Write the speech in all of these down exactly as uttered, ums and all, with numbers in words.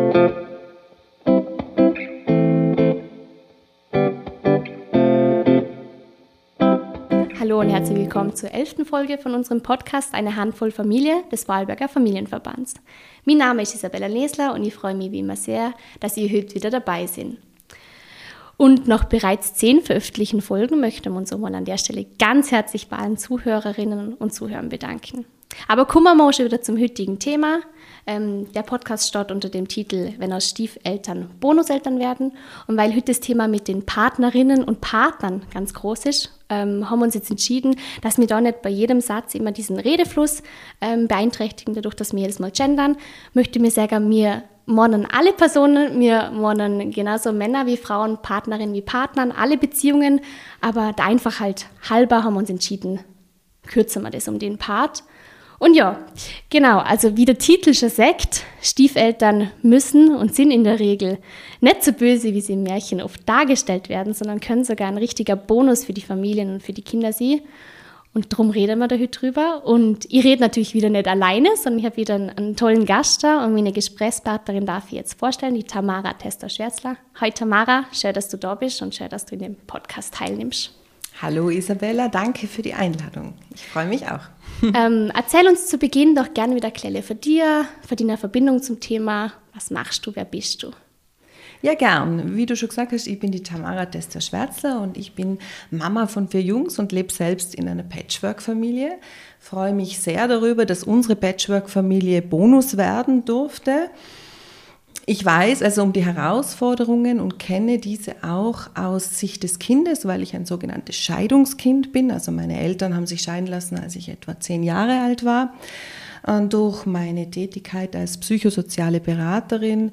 Hallo und herzlich willkommen zur elften Folge von unserem Podcast Eine Handvoll Familie des Vorarlberger Familienverbands. Mein Name ist Isabella Lesler und ich freue mich wie immer sehr, dass ihr heute wieder dabei seid. Und nach bereits zehn veröffentlichten Folgen möchten wir uns auch mal an der Stelle ganz herzlich bei allen Zuhörerinnen und Zuhörern bedanken. Aber kommen wir mal schon wieder zum heutigen Thema. Ähm, der Podcast steht unter dem Titel Wenn aus Stiefeltern Bonuseltern werden. Und weil heute das Thema mit den Partnerinnen und Partnern ganz groß ist, ähm, haben wir uns jetzt entschieden, dass wir da nicht bei jedem Satz immer diesen Redefluss ähm, beeinträchtigen, dadurch, dass wir jedes Mal gendern. Möchte mir sagen, wir meinen alle Personen, wir meinen genauso Männer wie Frauen, Partnerinnen wie Partnern, alle Beziehungen, aber der Einfachheit halber haben wir uns entschieden, kürzen wir das um den Part. Und ja, genau, also wie der Titel schon sagt, Stiefeltern müssen und sind in der Regel nicht so böse, wie sie im Märchen oft dargestellt werden, sondern können sogar ein richtiger Bonus für die Familien und für die Kinder sein. Und darum reden wir da heute drüber. Und ich rede natürlich wieder nicht alleine, sondern ich habe wieder einen, einen tollen Gast da und meine Gesprächspartnerin darf ich jetzt vorstellen, die Tamara Tester-Schwärzler. Hi Tamara, schön, dass du da bist und schön, dass du in dem Podcast teilnimmst. Hallo Isabella, danke für die Einladung. Ich freue mich auch. Ähm, erzähl uns zu Beginn doch gerne wieder Klelle für dir, für deine Verbindung zum Thema. Was machst du, wer bist du? Ja, gern. Wie du schon gesagt hast, ich bin die Tamara Tester-Schwärzler und ich bin Mama von vier Jungs und lebe selbst in einer Patchwork-Familie. Freue mich sehr darüber, dass unsere Patchwork-Familie Bonus werden durfte. Ich weiß also um die Herausforderungen und kenne diese auch aus Sicht des Kindes, weil ich ein sogenanntes Scheidungskind bin. Also meine Eltern haben sich scheiden lassen, als ich etwa zehn Jahre alt war. Und durch meine Tätigkeit als psychosoziale Beraterin,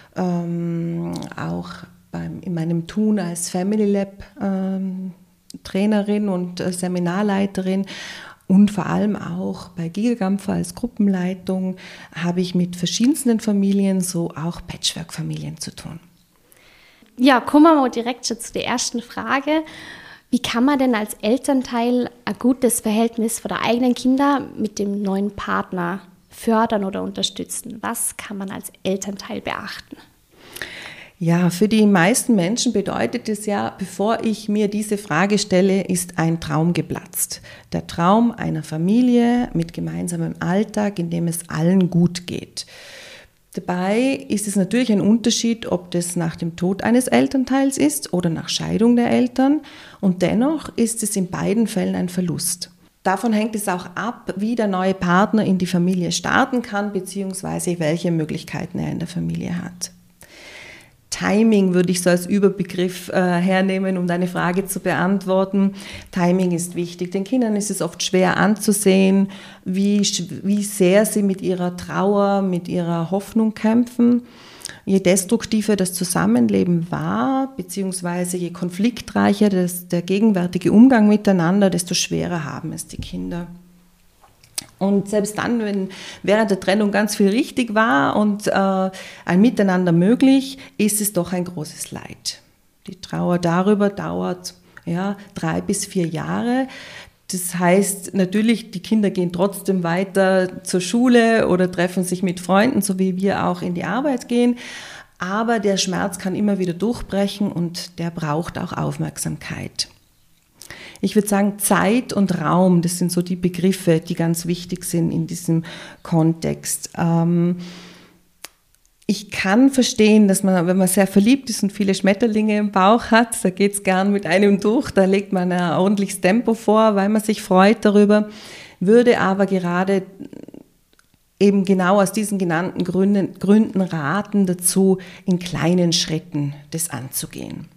ähm, auch beim, in meinem Tun als Family Lab ähm, Trainerin und äh, Seminarleiterin und vor allem auch bei Gigagamfer als Gruppenleitung habe ich mit verschiedensten Familien, so auch Patchwork-Familien zu tun. Ja, kommen wir mal direkt schon zu der ersten Frage. Wie kann man denn als Elternteil ein gutes Verhältnis von der eigenen Kinder mit dem neuen Partner fördern oder unterstützen? Was kann man als Elternteil beachten? Ja, für die meisten Menschen bedeutet es ja, bevor ich mir diese Frage stelle, ist ein Traum geplatzt. Der Traum einer Familie mit gemeinsamem Alltag, in dem es allen gut geht. Dabei ist es natürlich ein Unterschied, ob das nach dem Tod eines Elternteils ist oder nach Scheidung der Eltern. Und dennoch ist es in beiden Fällen ein Verlust. Davon hängt es auch ab, wie der neue Partner in die Familie starten kann, beziehungsweise welche Möglichkeiten er in der Familie hat. Timing würde ich so als Überbegriff äh, hernehmen, um deine Frage zu beantworten. Timing ist wichtig. Den Kindern ist es oft schwer anzusehen, wie, wie sehr sie mit ihrer Trauer, mit ihrer Hoffnung kämpfen. Je destruktiver das Zusammenleben war, beziehungsweise je konfliktreicher das, der gegenwärtige Umgang miteinander, desto schwerer haben es die Kinder. Und selbst dann, wenn während der Trennung ganz viel richtig war und äh, ein Miteinander möglich, ist es doch ein großes Leid. Die Trauer darüber dauert ja, drei bis vier Jahre. Das heißt natürlich, die Kinder gehen trotzdem weiter zur Schule oder treffen sich mit Freunden, so wie wir auch in die Arbeit gehen. Aber der Schmerz kann immer wieder durchbrechen und der braucht auch Aufmerksamkeit. Ich würde sagen, Zeit und Raum, das sind so die Begriffe, die ganz wichtig sind in diesem Kontext. Ähm, ich kann verstehen, dass man, wenn man sehr verliebt ist und viele Schmetterlinge im Bauch hat, da geht es gern mit einem durch, da legt man ein ordentliches Tempo vor, weil man sich freut darüber, würde aber gerade eben genau aus diesen genannten Gründen, Gründen raten dazu, in kleinen Schritten das anzugehen.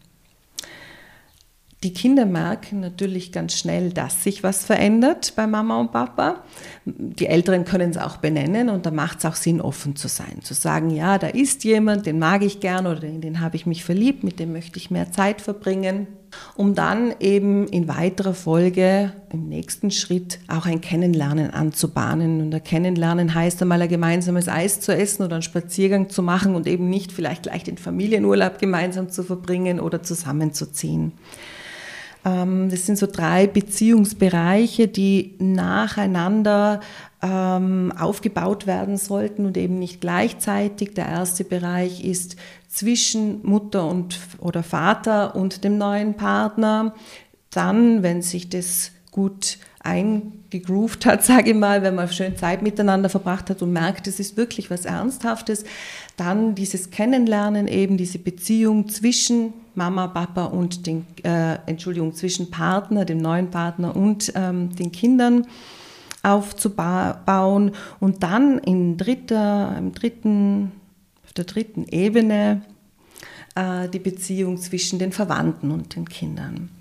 Die Kinder merken natürlich ganz schnell, dass sich was verändert bei Mama und Papa. Die Älteren können es auch benennen und da macht es auch Sinn, offen zu sein. Zu sagen, ja, da ist jemand, den mag ich gern oder in den habe ich mich verliebt, mit dem möchte ich mehr Zeit verbringen. Um dann eben in weiterer Folge, im nächsten Schritt, auch ein Kennenlernen anzubahnen. Und ein Kennenlernen heißt einmal ein gemeinsames Eis zu essen oder einen Spaziergang zu machen und eben nicht vielleicht gleich den Familienurlaub gemeinsam zu verbringen oder zusammenzuziehen. Das sind so drei Beziehungsbereiche, die nacheinander ähm, aufgebaut werden sollten und eben nicht gleichzeitig. Der erste Bereich ist zwischen Mutter und, oder Vater und dem neuen Partner. Dann, wenn sich das gut eingegroovt hat, sage ich mal, wenn man schön Zeit miteinander verbracht hat und merkt, es ist wirklich was Ernsthaftes, dann dieses Kennenlernen, eben diese Beziehung zwischen Mama, Papa und den, äh, Entschuldigung, zwischen Partner, dem neuen Partner und ähm, den Kindern aufzubauen und dann in dritter, im dritten, auf der dritten Ebene äh, die Beziehung zwischen den Verwandten und den Kindern.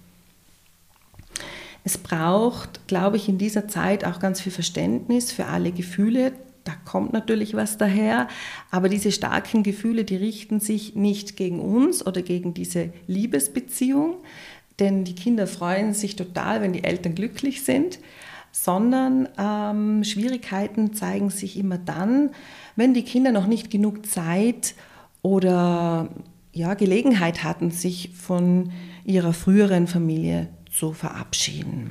Es braucht, glaube ich, in dieser Zeit auch ganz viel Verständnis für alle Gefühle. Da kommt natürlich was daher, aber diese starken Gefühle, die richten sich nicht gegen uns oder gegen diese Liebesbeziehung, denn die Kinder freuen sich total, wenn die Eltern glücklich sind, sondern ähm, Schwierigkeiten zeigen sich immer dann, wenn die Kinder noch nicht genug Zeit oder ja, Gelegenheit hatten, sich von ihrer früheren Familie zu verabschieden.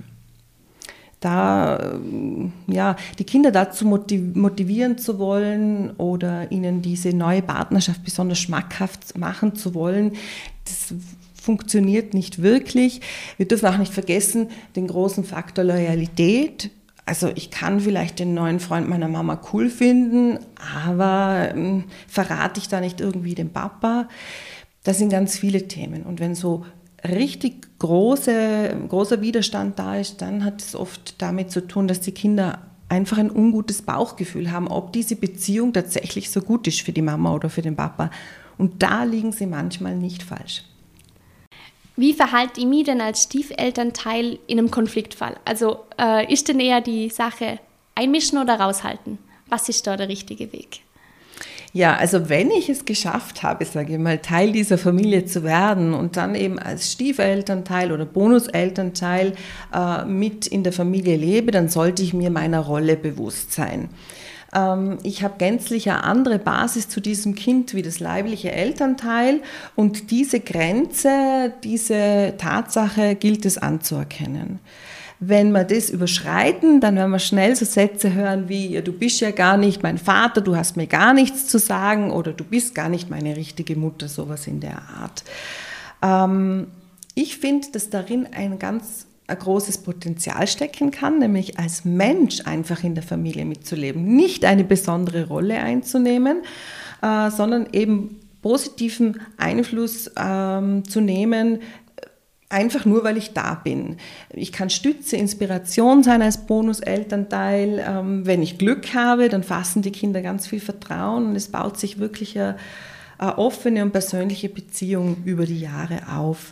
Da ja, die Kinder dazu motivieren zu wollen oder ihnen diese neue Partnerschaft besonders schmackhaft machen zu wollen, das funktioniert nicht wirklich. Wir dürfen auch nicht vergessen den großen Faktor Loyalität. Also ich kann vielleicht den neuen Freund meiner Mama cool finden, aber ähm, verrate ich da nicht irgendwie den Papa? Das sind ganz viele Themen. Und wenn so richtig große, großer Widerstand da ist, dann hat es oft damit zu tun, dass die Kinder einfach ein ungutes Bauchgefühl haben, ob diese Beziehung tatsächlich so gut ist für die Mama oder für den Papa. Und da liegen sie manchmal nicht falsch. Wie verhalte ich mich denn als Stiefelternteil in einem Konfliktfall? Also äh, ist denn eher die Sache einmischen oder raushalten? Was ist da der richtige Weg? Ja, also wenn ich es geschafft habe, sage ich mal, Teil dieser Familie zu werden und dann eben als Stiefelternteil oder Bonuselternteil äh, mit in der Familie lebe, dann sollte ich mir meiner Rolle bewusst sein. Ähm, ich habe gänzlich eine andere Basis zu diesem Kind wie das leibliche Elternteil und diese Grenze, diese Tatsache gilt es anzuerkennen. Wenn wir das überschreiten, dann werden wir schnell so Sätze hören wie, ja, du bist ja gar nicht mein Vater, du hast mir gar nichts zu sagen oder du bist gar nicht meine richtige Mutter, sowas in der Art. Ähm, ich finde, dass darin ein ganz ein großes Potenzial stecken kann, nämlich als Mensch einfach in der Familie mitzuleben, nicht eine besondere Rolle einzunehmen, äh, sondern eben positiven Einfluss ähm, zu nehmen, einfach nur, weil ich da bin. Ich kann Stütze, Inspiration sein als Bonuselternteil. Ähm, wenn ich Glück habe, dann fassen die Kinder ganz viel Vertrauen und es baut sich wirklich eine, eine offene und persönliche Beziehung über die Jahre auf.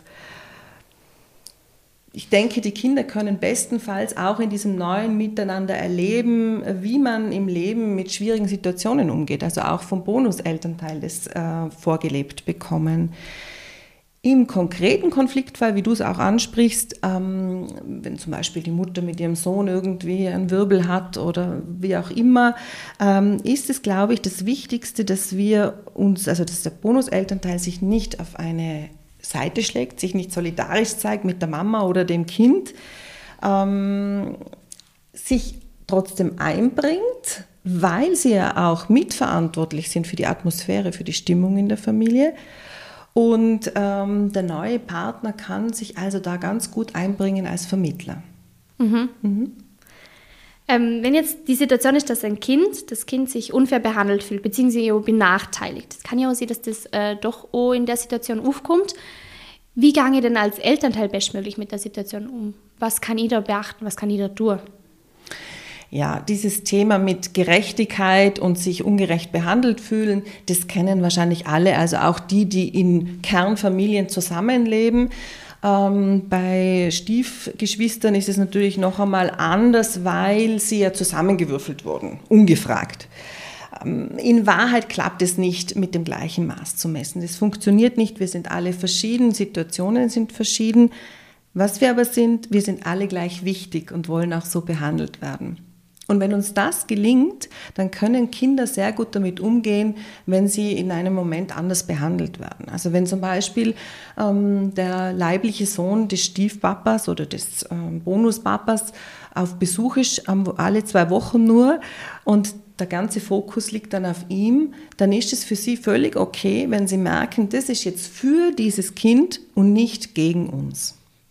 Ich denke, die Kinder können bestenfalls auch in diesem neuen Miteinander erleben, wie man im Leben mit schwierigen Situationen umgeht, also auch vom Bonuselternteil das äh, vorgelebt bekommen. Im konkreten Konfliktfall, wie du es auch ansprichst, ähm, wenn zum Beispiel die Mutter mit ihrem Sohn irgendwie einen Wirbel hat oder wie auch immer, ähm, ist es, glaube ich, das Wichtigste, dass wir uns, also dass der Bonuselternteil sich nicht auf eine Seite schlägt, sich nicht solidarisch zeigt mit der Mama oder dem Kind, ähm, sich trotzdem einbringt, weil sie ja auch mitverantwortlich sind für die Atmosphäre, für die Stimmung in der Familie. Und ähm, der neue Partner kann sich also da ganz gut einbringen als Vermittler. Mhm. Mhm. Ähm, wenn jetzt die Situation ist, dass ein Kind, das Kind sich unfair behandelt fühlt, beziehungsweise benachteiligt, das kann ja auch sein, dass das äh, doch auch in der Situation aufkommt. Wie gehe ich denn als Elternteil bestmöglich mit der Situation um? Was kann ich da beachten, was kann ich da tun? Ja, dieses Thema mit Gerechtigkeit und sich ungerecht behandelt fühlen, das kennen wahrscheinlich alle, also auch die, die in Kernfamilien zusammenleben. Ähm, bei Stiefgeschwistern ist es natürlich noch einmal anders, weil sie ja zusammengewürfelt wurden, ungefragt. Ähm, in Wahrheit klappt es nicht, mit dem gleichen Maß zu messen. Das funktioniert nicht, wir sind alle verschieden, Situationen sind verschieden. Was wir aber sind, wir sind alle gleich wichtig und wollen auch so behandelt werden. Und wenn uns das gelingt, dann können Kinder sehr gut damit umgehen, wenn sie in einem Moment anders behandelt werden. Also wenn zum Beispiel ähm, der leibliche Sohn des Stiefpapas oder des ähm, Bonuspapas auf Besuch ist, alle zwei Wochen nur, und der ganze Fokus liegt dann auf ihm, dann ist es für sie völlig okay, wenn sie merken, das ist jetzt für dieses Kind und nicht gegen uns.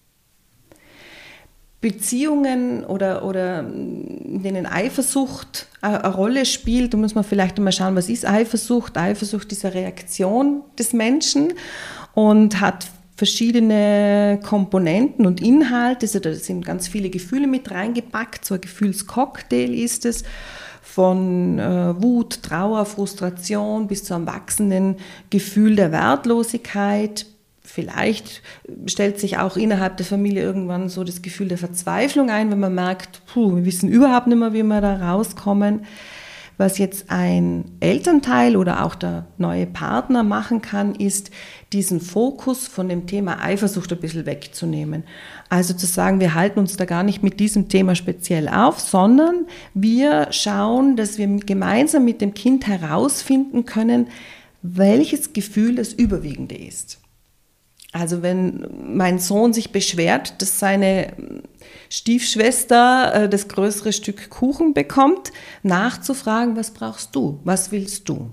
Beziehungen oder, oder in denen Eifersucht eine Rolle spielt, da muss man vielleicht einmal schauen, was ist Eifersucht? Eifersucht ist eine Reaktion des Menschen und hat verschiedene Komponenten und Inhalte, also da sind ganz viele Gefühle mit reingepackt, so ein Gefühlscocktail ist es, von äh, Wut, Trauer, Frustration bis zu einem wachsenden Gefühl der Wertlosigkeit. Vielleicht stellt sich auch innerhalb der Familie irgendwann so das Gefühl der Verzweiflung ein, wenn man merkt, puh, wir wissen überhaupt nicht mehr, wie wir da rauskommen. Was jetzt ein Elternteil oder auch der neue Partner machen kann, ist, diesen Fokus von dem Thema Eifersucht ein bisschen wegzunehmen. Also zu sagen, wir halten uns da gar nicht mit diesem Thema speziell auf, sondern wir schauen, dass wir gemeinsam mit dem Kind herausfinden können, welches Gefühl das Überwiegende ist. Also wenn mein Sohn sich beschwert, dass seine Stiefschwester das größere Stück Kuchen bekommt, nachzufragen, was brauchst du, was willst du?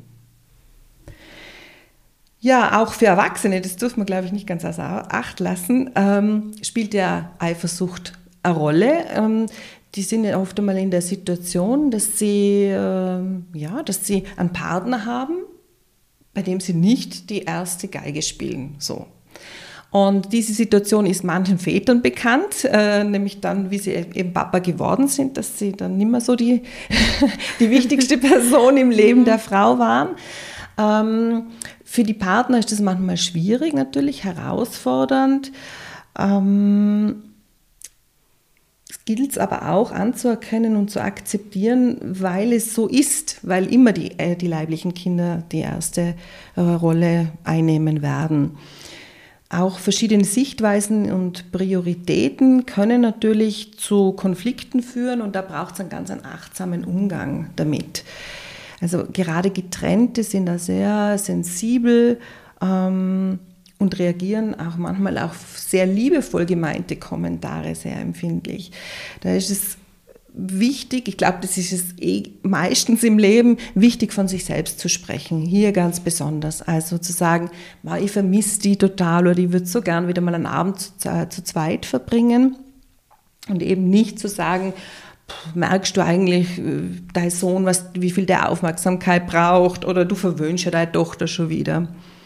Ja, auch für Erwachsene, das dürfen wir, glaube ich, nicht ganz außer Acht lassen, ähm, spielt ja Eifersucht eine Rolle. Ähm, die sind ja oft einmal in der Situation, dass sie, ähm, ja, dass sie einen Partner haben, bei dem sie nicht die erste Geige spielen, so. Und diese Situation ist manchen Vätern bekannt, äh, nämlich dann, wie sie eben Papa geworden sind, dass sie dann nicht mehr so die, die wichtigste Person im Leben der Frau waren. Ähm, für die Partner ist das manchmal schwierig, natürlich herausfordernd. Ähm, es gilt es aber auch anzuerkennen und zu akzeptieren, weil es so ist, weil immer die, äh, die leiblichen Kinder die erste äh, Rolle einnehmen werden. Auch verschiedene Sichtweisen und Prioritäten können natürlich zu Konflikten führen und da braucht es einen ganz einen achtsamen Umgang damit. Also gerade Getrennte sind da sehr sensibel ähm, und reagieren auch manchmal auf sehr liebevoll gemeinte Kommentare sehr empfindlich. Da ist es wichtig, ich glaube, das ist es eh meistens im Leben, wichtig von sich selbst zu sprechen, hier ganz besonders. Also zu sagen, ich vermisse die total oder ich würde so gern wieder mal einen Abend zu, äh, zu zweit verbringen und eben nicht zu sagen, pff, merkst du eigentlich, dein Sohn, was, wie viel der Aufmerksamkeit braucht oder du verwöhnst ja deine Tochter schon wieder.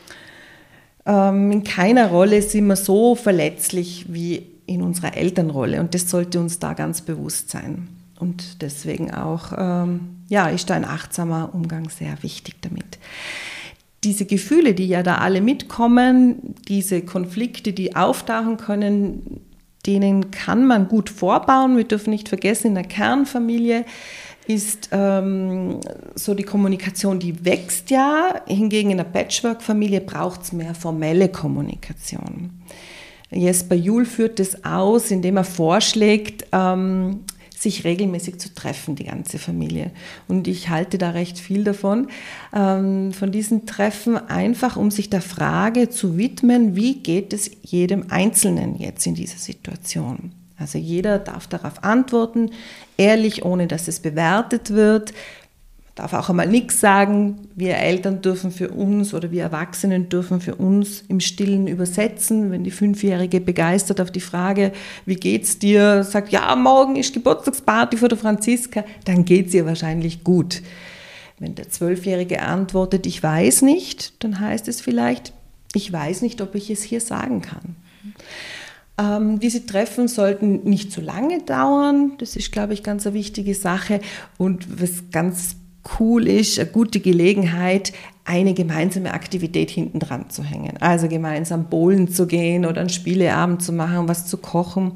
Ähm, in keiner Rolle sind wir so verletzlich wie in unserer Elternrolle und das sollte uns da ganz bewusst sein. Und deswegen auch, ähm, ja, ist da ein achtsamer Umgang sehr wichtig damit. Diese Gefühle, die ja da alle mitkommen, diese Konflikte, die auftauchen können, denen kann man gut vorbauen. Wir dürfen nicht vergessen, in der Kernfamilie ist ähm, so die Kommunikation, die wächst ja. Hingegen in der Patchwork-Familie braucht es mehr formelle Kommunikation. Jesper Juhl führt das aus, indem er vorschlägt, ähm, sich regelmäßig zu treffen, die ganze Familie. Und ich halte da recht viel davon, ähm, von diesen Treffen, einfach um sich der Frage zu widmen, wie geht es jedem Einzelnen jetzt in dieser Situation. Also jeder darf darauf antworten, ehrlich, ohne dass es bewertet wird. Darf auch einmal nichts sagen. Wir Eltern dürfen für uns oder wir Erwachsenen dürfen für uns im Stillen übersetzen. Wenn die Fünfjährige begeistert auf die Frage, wie geht's dir, sagt, ja, morgen ist Geburtstagsparty von der Franziska, dann geht's ihr wahrscheinlich gut. Wenn der Zwölfjährige antwortet, ich weiß nicht, dann heißt es vielleicht, ich weiß nicht, ob ich es hier sagen kann. Ähm, diese Treffen sollten nicht zu lange dauern. Das ist, glaube ich, ganz eine wichtige Sache. Und was ganz cool ist, eine gute Gelegenheit, eine gemeinsame Aktivität hinten dran zu hängen. Also gemeinsam bowlen zu gehen oder einen Spieleabend zu machen, was zu kochen.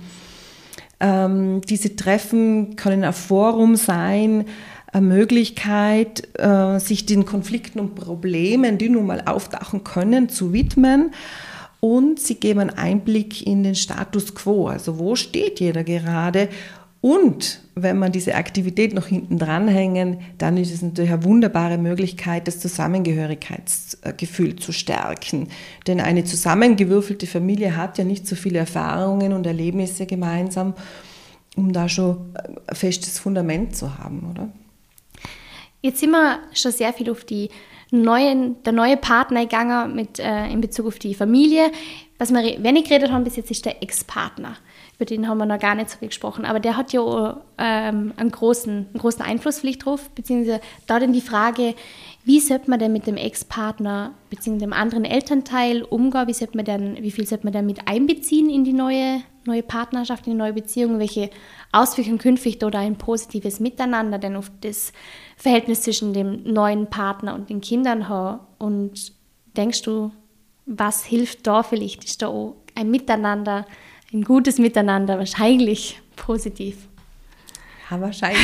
Ähm, diese Treffen können ein Forum sein, eine Möglichkeit, äh, sich den Konflikten und Problemen, die nun mal auftauchen können, zu widmen. Und sie geben einen Einblick in den Status quo, also wo steht jeder gerade Und wenn man diese Aktivität noch hinten dranhängen, dann ist es natürlich eine wunderbare Möglichkeit, das Zusammengehörigkeitsgefühl zu stärken. Denn eine zusammengewürfelte Familie hat ja nicht so viele Erfahrungen und Erlebnisse gemeinsam, um da schon ein festes Fundament zu haben, oder? Jetzt sind wir schon sehr viel auf die neuen, der neue Partner gegangen mit, äh, in Bezug auf die Familie. Was wir wenig geredet haben bis jetzt ist der Ex-Partner. Über den haben wir noch gar nicht so viel gesprochen. Aber der hat ja auch, ähm, einen, großen, einen großen Einfluss vielleicht drauf. Beziehungsweise da dann die Frage, wie sollte man denn mit dem Ex-Partner beziehungsweise dem anderen Elternteil umgehen? Wie, sollte man denn, wie viel sollte man denn mit einbeziehen in die neue, neue Partnerschaft, in die neue Beziehung? Welche Auswirkungen künftig da ein positives Miteinander denn auf das Verhältnis zwischen dem neuen Partner und den Kindern haben? Und denkst du, was hilft da vielleicht? Ist da auch ein Miteinander, ein gutes Miteinander wahrscheinlich positiv? Ja, wahrscheinlich.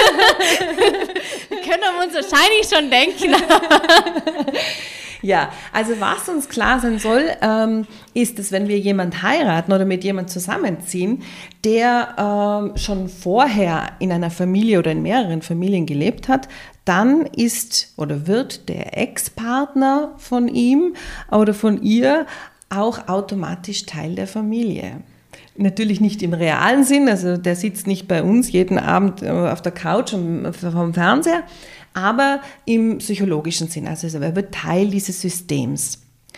Können wir uns wahrscheinlich schon denken. Ja, also was uns klar sein soll, ähm, ist, dass wenn wir jemanden heiraten oder mit jemandem zusammenziehen, der ähm, schon vorher in einer Familie oder in mehreren Familien gelebt hat, dann ist oder wird der Ex-Partner von ihm oder von ihr auch automatisch Teil der Familie. Natürlich nicht im realen Sinn, also der sitzt nicht bei uns jeden Abend auf der Couch vom Fernseher, aber im psychologischen Sinn, also er wird Teil dieses Systems.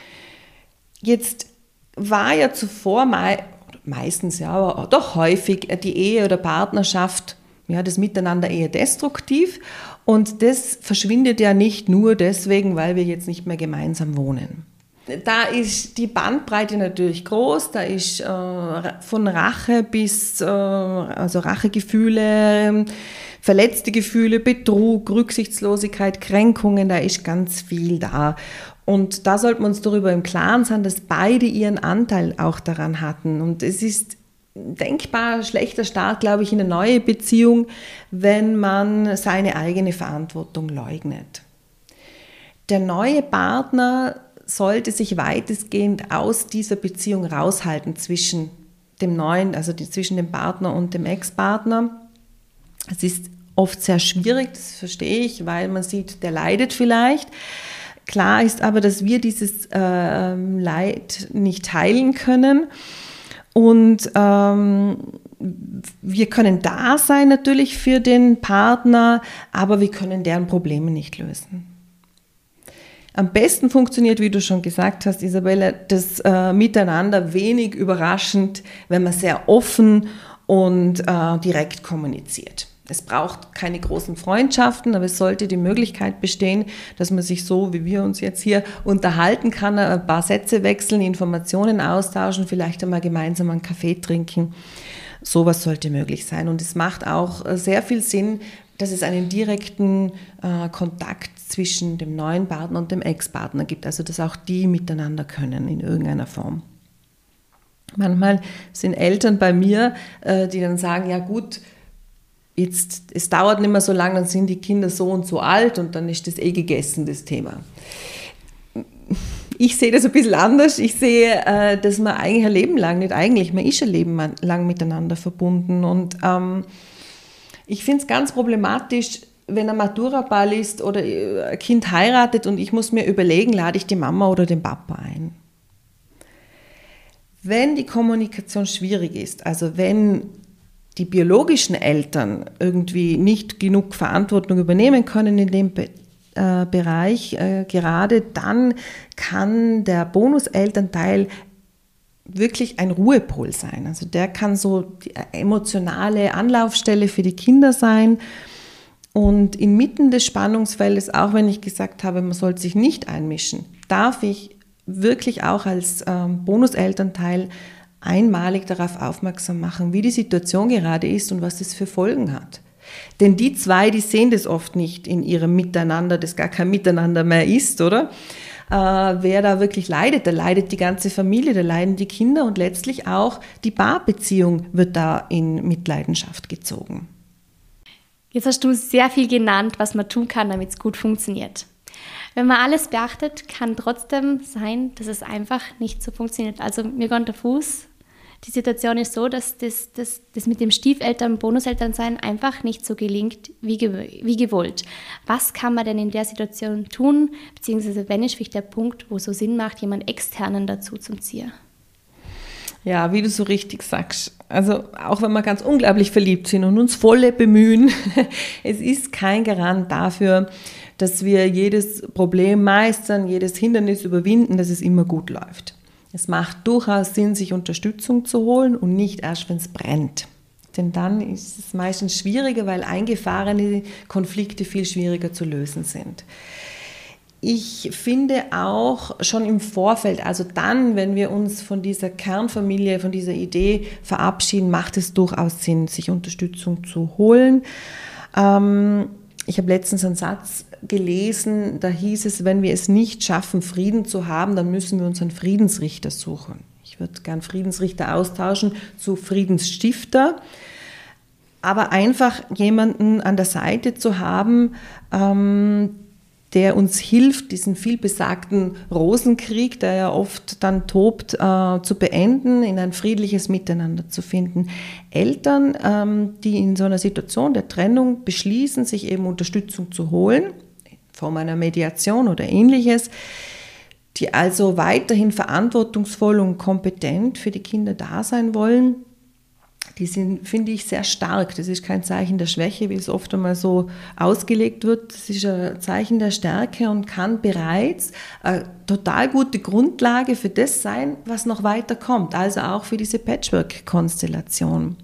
Jetzt war ja zuvor mei- meistens, ja, aber doch häufig die Ehe oder Partnerschaft, ja, das Miteinander eher destruktiv und das verschwindet ja nicht nur deswegen, weil wir jetzt nicht mehr gemeinsam wohnen. Da ist die Bandbreite natürlich groß, da ist äh, von Rache bis äh, also Rachegefühle, verletzte Gefühle, Betrug, Rücksichtslosigkeit, Kränkungen, da ist ganz viel da. Und da sollten wir uns darüber im Klaren sein, dass beide ihren Anteil auch daran hatten. Und es ist denkbar schlechter Start, glaube ich, in eine neue Beziehung, wenn man seine eigene Verantwortung leugnet. Der neue Partner sollte sich weitestgehend aus dieser Beziehung raushalten zwischen dem neuen, also die, zwischen dem Partner und dem Ex-Partner. Es ist oft sehr schwierig, das verstehe ich, weil man sieht, der leidet vielleicht. Klar ist aber, dass wir dieses äh, Leid nicht heilen können. Und ähm, wir können da sein natürlich für den Partner, aber wir können deren Probleme nicht lösen. Am besten funktioniert, wie du schon gesagt hast, Isabella, das äh, Miteinander wenig überraschend, wenn man sehr offen und äh, direkt kommuniziert. Es braucht keine großen Freundschaften, aber es sollte die Möglichkeit bestehen, dass man sich so, wie wir uns jetzt hier unterhalten kann, ein paar Sätze wechseln, Informationen austauschen, vielleicht einmal gemeinsam einen Kaffee trinken. Sowas sollte möglich sein. Und es macht auch sehr viel Sinn, dass es einen direkten äh, Kontakt zwischen dem neuen Partner und dem Ex-Partner gibt, also dass auch die miteinander können in irgendeiner Form. Manchmal sind Eltern bei mir, äh, die dann sagen, ja gut, jetzt, es dauert nicht mehr so lange, dann sind die Kinder so und so alt und dann ist das eh gegessen, das Thema. Ich sehe das ein bisschen anders. Ich sehe, äh, dass man eigentlich ein Leben lang, nicht eigentlich, man ist ein Leben lang miteinander verbunden und ähm, ich finde es ganz problematisch, wenn ein Matura-Ball ist oder ein Kind heiratet und ich muss mir überlegen, lade ich die Mama oder den Papa ein. Wenn die Kommunikation schwierig ist, also wenn die biologischen Eltern irgendwie nicht genug Verantwortung übernehmen können in dem Be- äh, Bereich, äh, gerade dann kann der Bonuselternteil wirklich ein Ruhepol sein. Also der kann so die emotionale Anlaufstelle für die Kinder sein. Und inmitten des Spannungsfeldes, auch wenn ich gesagt habe, man soll sich nicht einmischen, darf ich wirklich auch als ähm, Bonuselternteil einmalig darauf aufmerksam machen, wie die Situation gerade ist und was das für Folgen hat. Denn die zwei, die sehen das oft nicht in ihrem Miteinander, das gar kein Miteinander mehr ist, oder? Äh, wer da wirklich leidet, da leidet die ganze Familie, da leiden die Kinder und letztlich auch die Paarbeziehung wird da in Mitleidenschaft gezogen. Jetzt hast du sehr viel genannt, was man tun kann, damit es gut funktioniert. Wenn man alles beachtet, kann trotzdem sein, dass es einfach nicht so funktioniert. Also mir geht der Fuß die Situation ist so, dass das, das, das mit dem Stiefeltern, Bonuselternsein einfach nicht so gelingt wie, wie gewollt. Was kann man denn in der Situation tun, beziehungsweise wenn ist vielleicht der Punkt, wo es so Sinn macht, jemand Externen dazu zu ziehen? Ja, wie du so richtig sagst, also auch wenn wir ganz unglaublich verliebt sind und uns volle bemühen, es ist kein Garant dafür, dass wir jedes Problem meistern, jedes Hindernis überwinden, dass es immer gut läuft. Es macht durchaus Sinn, sich Unterstützung zu holen und nicht erst, wenn es brennt. Denn dann ist es meistens schwieriger, weil eingefahrene Konflikte viel schwieriger zu lösen sind. Ich finde auch schon im Vorfeld, also dann, wenn wir uns von dieser Kernfamilie, von dieser Idee verabschieden, macht es durchaus Sinn, sich Unterstützung zu holen. Ähm, ich habe letztens einen Satz gelesen, da hieß es, wenn wir es nicht schaffen, Frieden zu haben, dann müssen wir uns einen Friedensrichter suchen. Ich würde gern Friedensrichter austauschen zu Friedensstifter. Aber einfach jemanden an der Seite zu haben, ähm, der uns hilft, diesen vielbesagten Rosenkrieg, der ja oft dann tobt, äh, zu beenden, in ein friedliches Miteinander zu finden. Eltern, ähm, die in so einer Situation der Trennung beschließen, sich eben Unterstützung zu holen, in Form einer Mediation oder Ähnliches, die also weiterhin verantwortungsvoll und kompetent für die Kinder da sein wollen, die sind, finde ich, sehr stark. Das ist kein Zeichen der Schwäche, wie es oft einmal so ausgelegt wird. Das ist ein Zeichen der Stärke und kann bereits eine total gute Grundlage für das sein, was noch weiter kommt. Also auch für diese Patchwork-Konstellation.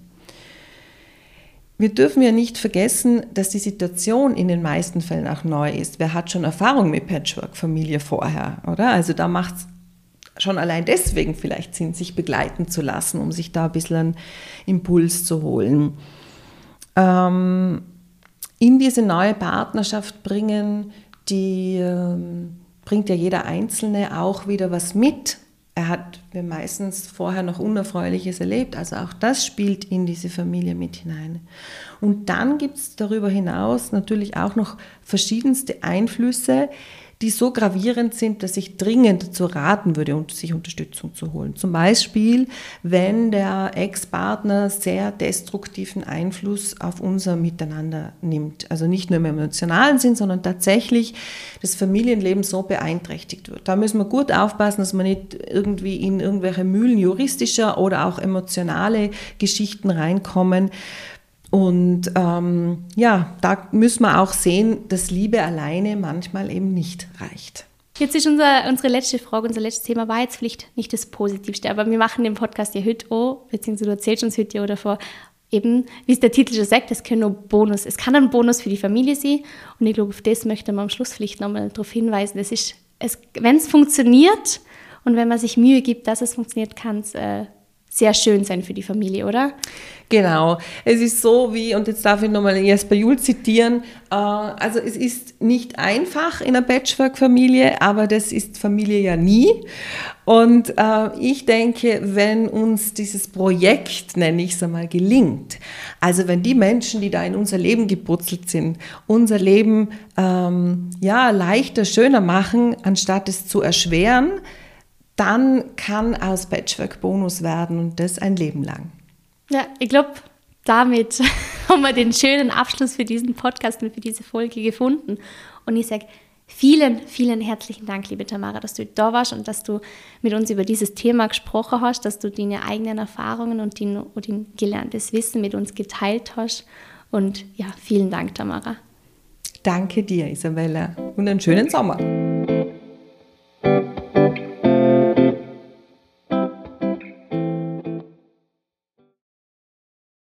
Wir dürfen ja nicht vergessen, dass die Situation in den meisten Fällen auch neu ist. Wer hat schon Erfahrung mit Patchwork-Familie vorher, oder? Also da macht es schon allein deswegen vielleicht Sinn, sich begleiten zu lassen, um sich da ein bisschen einen Impuls zu holen. Ähm, in diese neue Partnerschaft bringen, die ähm, bringt ja jeder Einzelne auch wieder was mit. Er hat meistens vorher noch Unerfreuliches erlebt, also auch das spielt in diese Familie mit hinein. Und dann gibt es darüber hinaus natürlich auch noch verschiedenste Einflüsse, die so gravierend sind, dass ich dringend dazu raten würde, sich Unterstützung zu holen. Zum Beispiel, wenn der Ex-Partner sehr destruktiven Einfluss auf unser Miteinander nimmt. Also nicht nur im emotionalen Sinn, sondern tatsächlich das Familienleben so beeinträchtigt wird. Da müssen wir gut aufpassen, dass wir nicht irgendwie in irgendwelche Mühlen juristischer oder auch emotionale Geschichten reinkommen. Und ähm, ja, da müssen wir auch sehen, dass Liebe alleine manchmal eben nicht reicht. Jetzt ist unser, unsere letzte Frage, unser letztes Thema war jetzt vielleicht nicht das Positivste, aber wir machen den Podcast ja heute auch, beziehungsweise du erzählst uns heute ja davor, eben, wie es der Titel schon sagt, es kann nur Bonus, es kann ein Bonus für die Familie sein und ich glaube, auf das möchte man am Schluss vielleicht nochmal darauf hinweisen, das ist, es, wenn es funktioniert und wenn man sich Mühe gibt, dass es funktioniert, kann es äh, sehr schön sein für die Familie, oder? Genau, es ist so wie, und jetzt darf ich nochmal Jesper Juhl zitieren, äh, also es ist nicht einfach in einer Patchwork-Familie, aber das ist Familie ja nie. Und äh, ich denke, wenn uns dieses Projekt, nenne ich es einmal, gelingt, also wenn die Menschen, die da in unser Leben geputzelt sind, unser Leben ähm, ja, leichter, schöner machen, anstatt es zu erschweren, dann kann aus Patchwork Bonus werden und das ein Leben lang. Ja, ich glaube, damit haben wir den schönen Abschluss für diesen Podcast und für diese Folge gefunden. Und ich sage vielen, vielen herzlichen Dank, liebe Tamara, dass du da warst und dass du mit uns über dieses Thema gesprochen hast, dass du deine eigenen Erfahrungen und dein, und dein gelerntes Wissen mit uns geteilt hast. Und ja, vielen Dank, Tamara. Danke dir, Isabella, und einen schönen Sommer.